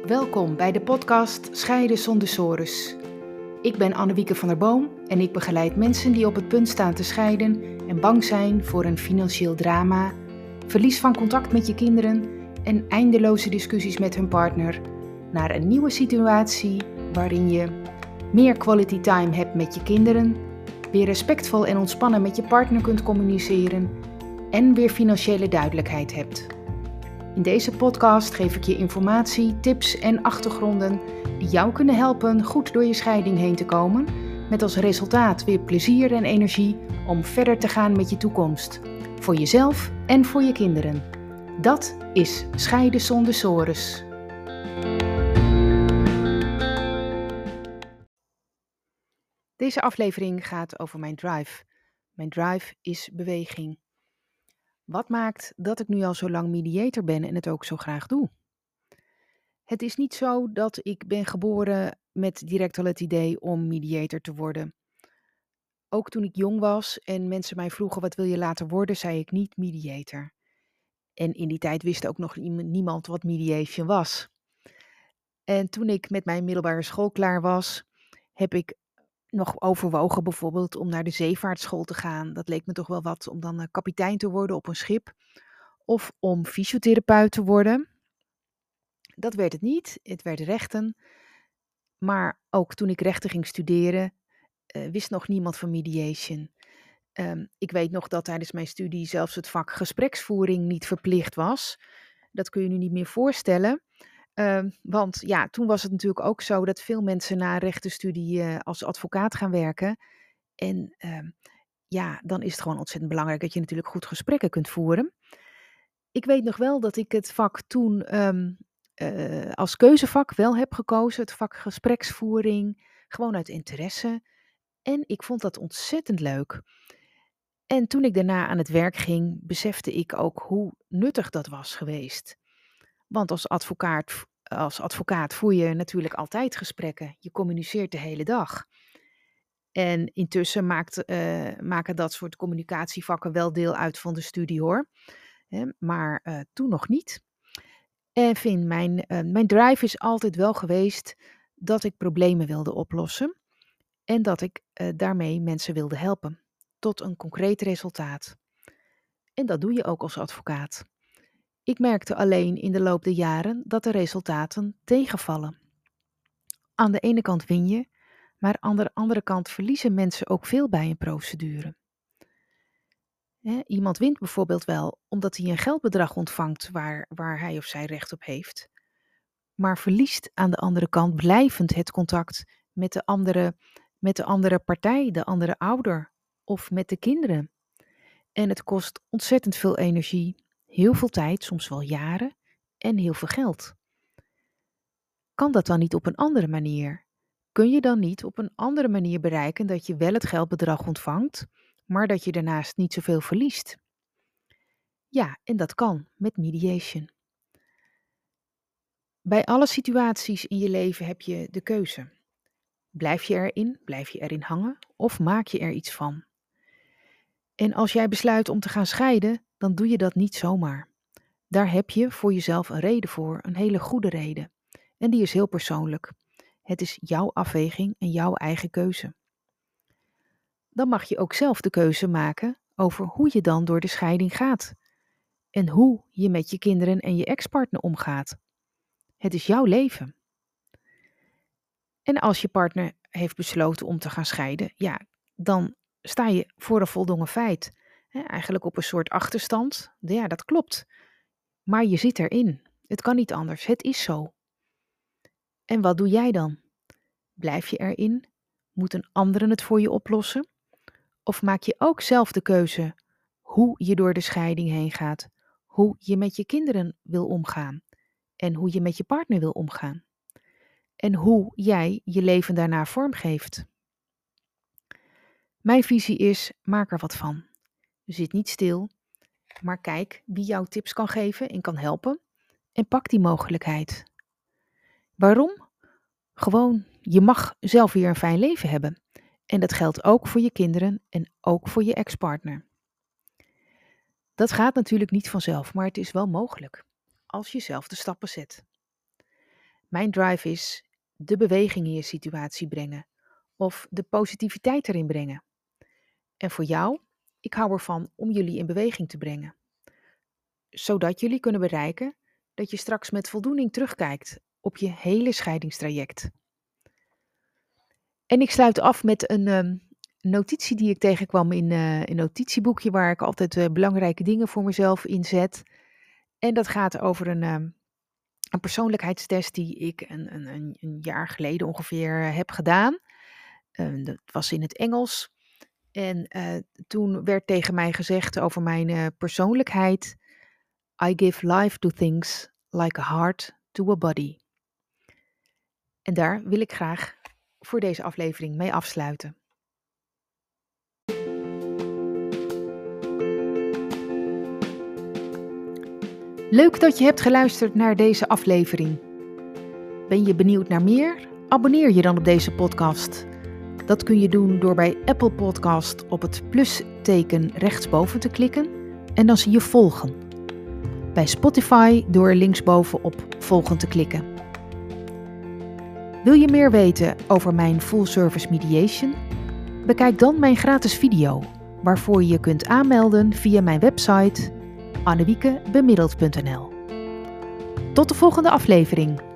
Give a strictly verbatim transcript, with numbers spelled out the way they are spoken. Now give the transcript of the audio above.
Welkom bij de podcast Scheiden zonder sores. Ik ben Annewieke van der Boom en ik begeleid mensen die op het punt staan te scheiden en bang zijn voor een financieel drama, verlies van contact met je kinderen en eindeloze discussies met hun partner naar een nieuwe situatie waarin je meer quality time hebt met je kinderen, weer respectvol en ontspannen met je partner kunt communiceren en weer financiële duidelijkheid hebt. In deze podcast geef ik je informatie, tips en achtergronden die jou kunnen helpen goed door je scheiding heen te komen, met als resultaat weer plezier en energie om verder te gaan met je toekomst, voor jezelf en voor je kinderen. Dat is Scheiden zonder sores. Deze aflevering gaat over mijn drive. Mijn drive is beweging. Wat maakt dat ik nu al zo lang mediator ben en het ook zo graag doe? Het is niet zo dat ik ben geboren met direct al het idee om mediator te worden. Ook toen ik jong was en mensen mij vroegen wat wil je later worden, zei ik niet mediator. En in die tijd wist ook nog niemand wat mediation was. En toen ik met mijn middelbare school klaar was, heb ik nog overwogen bijvoorbeeld om naar de zeevaartschool te gaan. Dat leek me toch wel wat om dan kapitein te worden op een schip. Of om fysiotherapeut te worden. Dat werd het niet. Het werd rechten. Maar ook toen ik rechten ging studeren, uh, wist nog niemand van mediation. Um, ik weet nog dat tijdens mijn studie zelfs het vak gespreksvoering niet verplicht was. Dat kun je nu niet meer voorstellen. Um, want ja, toen was het natuurlijk ook zo dat veel mensen na een rechtenstudie uh, als advocaat gaan werken. En um, ja, dan is het gewoon ontzettend belangrijk dat je natuurlijk goed gesprekken kunt voeren. Ik weet nog wel dat ik het vak toen um, uh, als keuzevak wel heb gekozen. Het vak gespreksvoering, gewoon uit interesse. En ik vond dat ontzettend leuk. En toen ik daarna aan het werk ging, besefte ik ook hoe nuttig dat was geweest. Want als advocaat, als advocaat voer je natuurlijk altijd gesprekken. Je communiceert de hele dag. En intussen maakt, uh, maken dat soort communicatievakken wel deel uit van de studie hoor. Hè, maar uh, toen nog niet. En vind, mijn, uh, mijn drive is altijd wel geweest dat ik problemen wilde oplossen. En dat ik uh, daarmee mensen wilde helpen. Tot een concreet resultaat. En dat doe je ook als advocaat. Ik merkte alleen in de loop der jaren dat de resultaten tegenvallen. Aan de ene kant win je, maar aan de andere kant verliezen mensen ook veel bij een procedure. He, iemand wint bijvoorbeeld wel omdat hij een geldbedrag ontvangt waar, waar hij of zij recht op heeft, maar verliest aan de andere kant blijvend het contact met de andere, met de andere partij, de andere ouder of met de kinderen. En het kost ontzettend veel energie, heel veel tijd, soms wel jaren en heel veel geld. Kan dat dan niet op een andere manier? Kun je dan niet op een andere manier bereiken dat je wel het geldbedrag ontvangt, maar dat je daarnaast niet zoveel verliest? Ja, en dat kan met mediation. Bij alle situaties in je leven heb je de keuze. Blijf je erin, blijf je erin hangen of maak je er iets van? En als jij besluit om te gaan scheiden, dan doe je dat niet zomaar. Daar heb je voor jezelf een reden voor, een hele goede reden. En die is heel persoonlijk. Het is jouw afweging en jouw eigen keuze. Dan mag je ook zelf de keuze maken over hoe je dan door de scheiding gaat. En hoe je met je kinderen en je ex-partner omgaat. Het is jouw leven. En als je partner heeft besloten om te gaan scheiden, ja, dan sta je voor een voldongen feit. He, eigenlijk op een soort achterstand. Ja, dat klopt. Maar je zit erin. Het kan niet anders. Het is zo. En wat doe jij dan? Blijf je erin? Moet een ander het voor je oplossen? Of maak je ook zelf de keuze hoe je door de scheiding heen gaat? Hoe je met je kinderen wil omgaan? En hoe je met je partner wil omgaan? En hoe jij je leven daarna vormgeeft? Mijn visie is, maak er wat van. Zit niet stil, maar kijk wie jou tips kan geven en kan helpen. En pak die mogelijkheid. Waarom? Gewoon, je mag zelf weer een fijn leven hebben. En dat geldt ook voor je kinderen en ook voor je ex-partner. Dat gaat natuurlijk niet vanzelf, maar het is wel mogelijk. Als je zelf de stappen zet. Mijn drive is de beweging in je situatie brengen of de positiviteit erin brengen. En voor jou, ik hou ervan om jullie in beweging te brengen. Zodat jullie kunnen bereiken dat je straks met voldoening terugkijkt op je hele scheidingstraject. En ik sluit af met een um, notitie die ik tegenkwam in uh, een notitieboekje waar ik altijd uh, belangrijke dingen voor mezelf inzet. En dat gaat over een, um, een persoonlijkheidstest die ik een, een, een, een jaar geleden ongeveer uh, heb gedaan. Uh, dat was in het Engels. En uh, toen werd tegen mij gezegd over mijn uh, persoonlijkheid: I give life to things like a heart to a body. En daar wil ik graag voor deze aflevering mee afsluiten. Leuk dat je hebt geluisterd naar deze aflevering. Ben je benieuwd naar meer? Abonneer je dan op deze podcast. Dat kun je doen door bij Apple Podcast op het plusteken rechtsboven te klikken en dan zie je volgen. Bij Spotify door linksboven op volgen te klikken. Wil je meer weten over mijn full service mediation? Bekijk dan mijn gratis video, waarvoor je je kunt aanmelden via mijn website annewiekebemiddeld punt n l. Tot de volgende aflevering.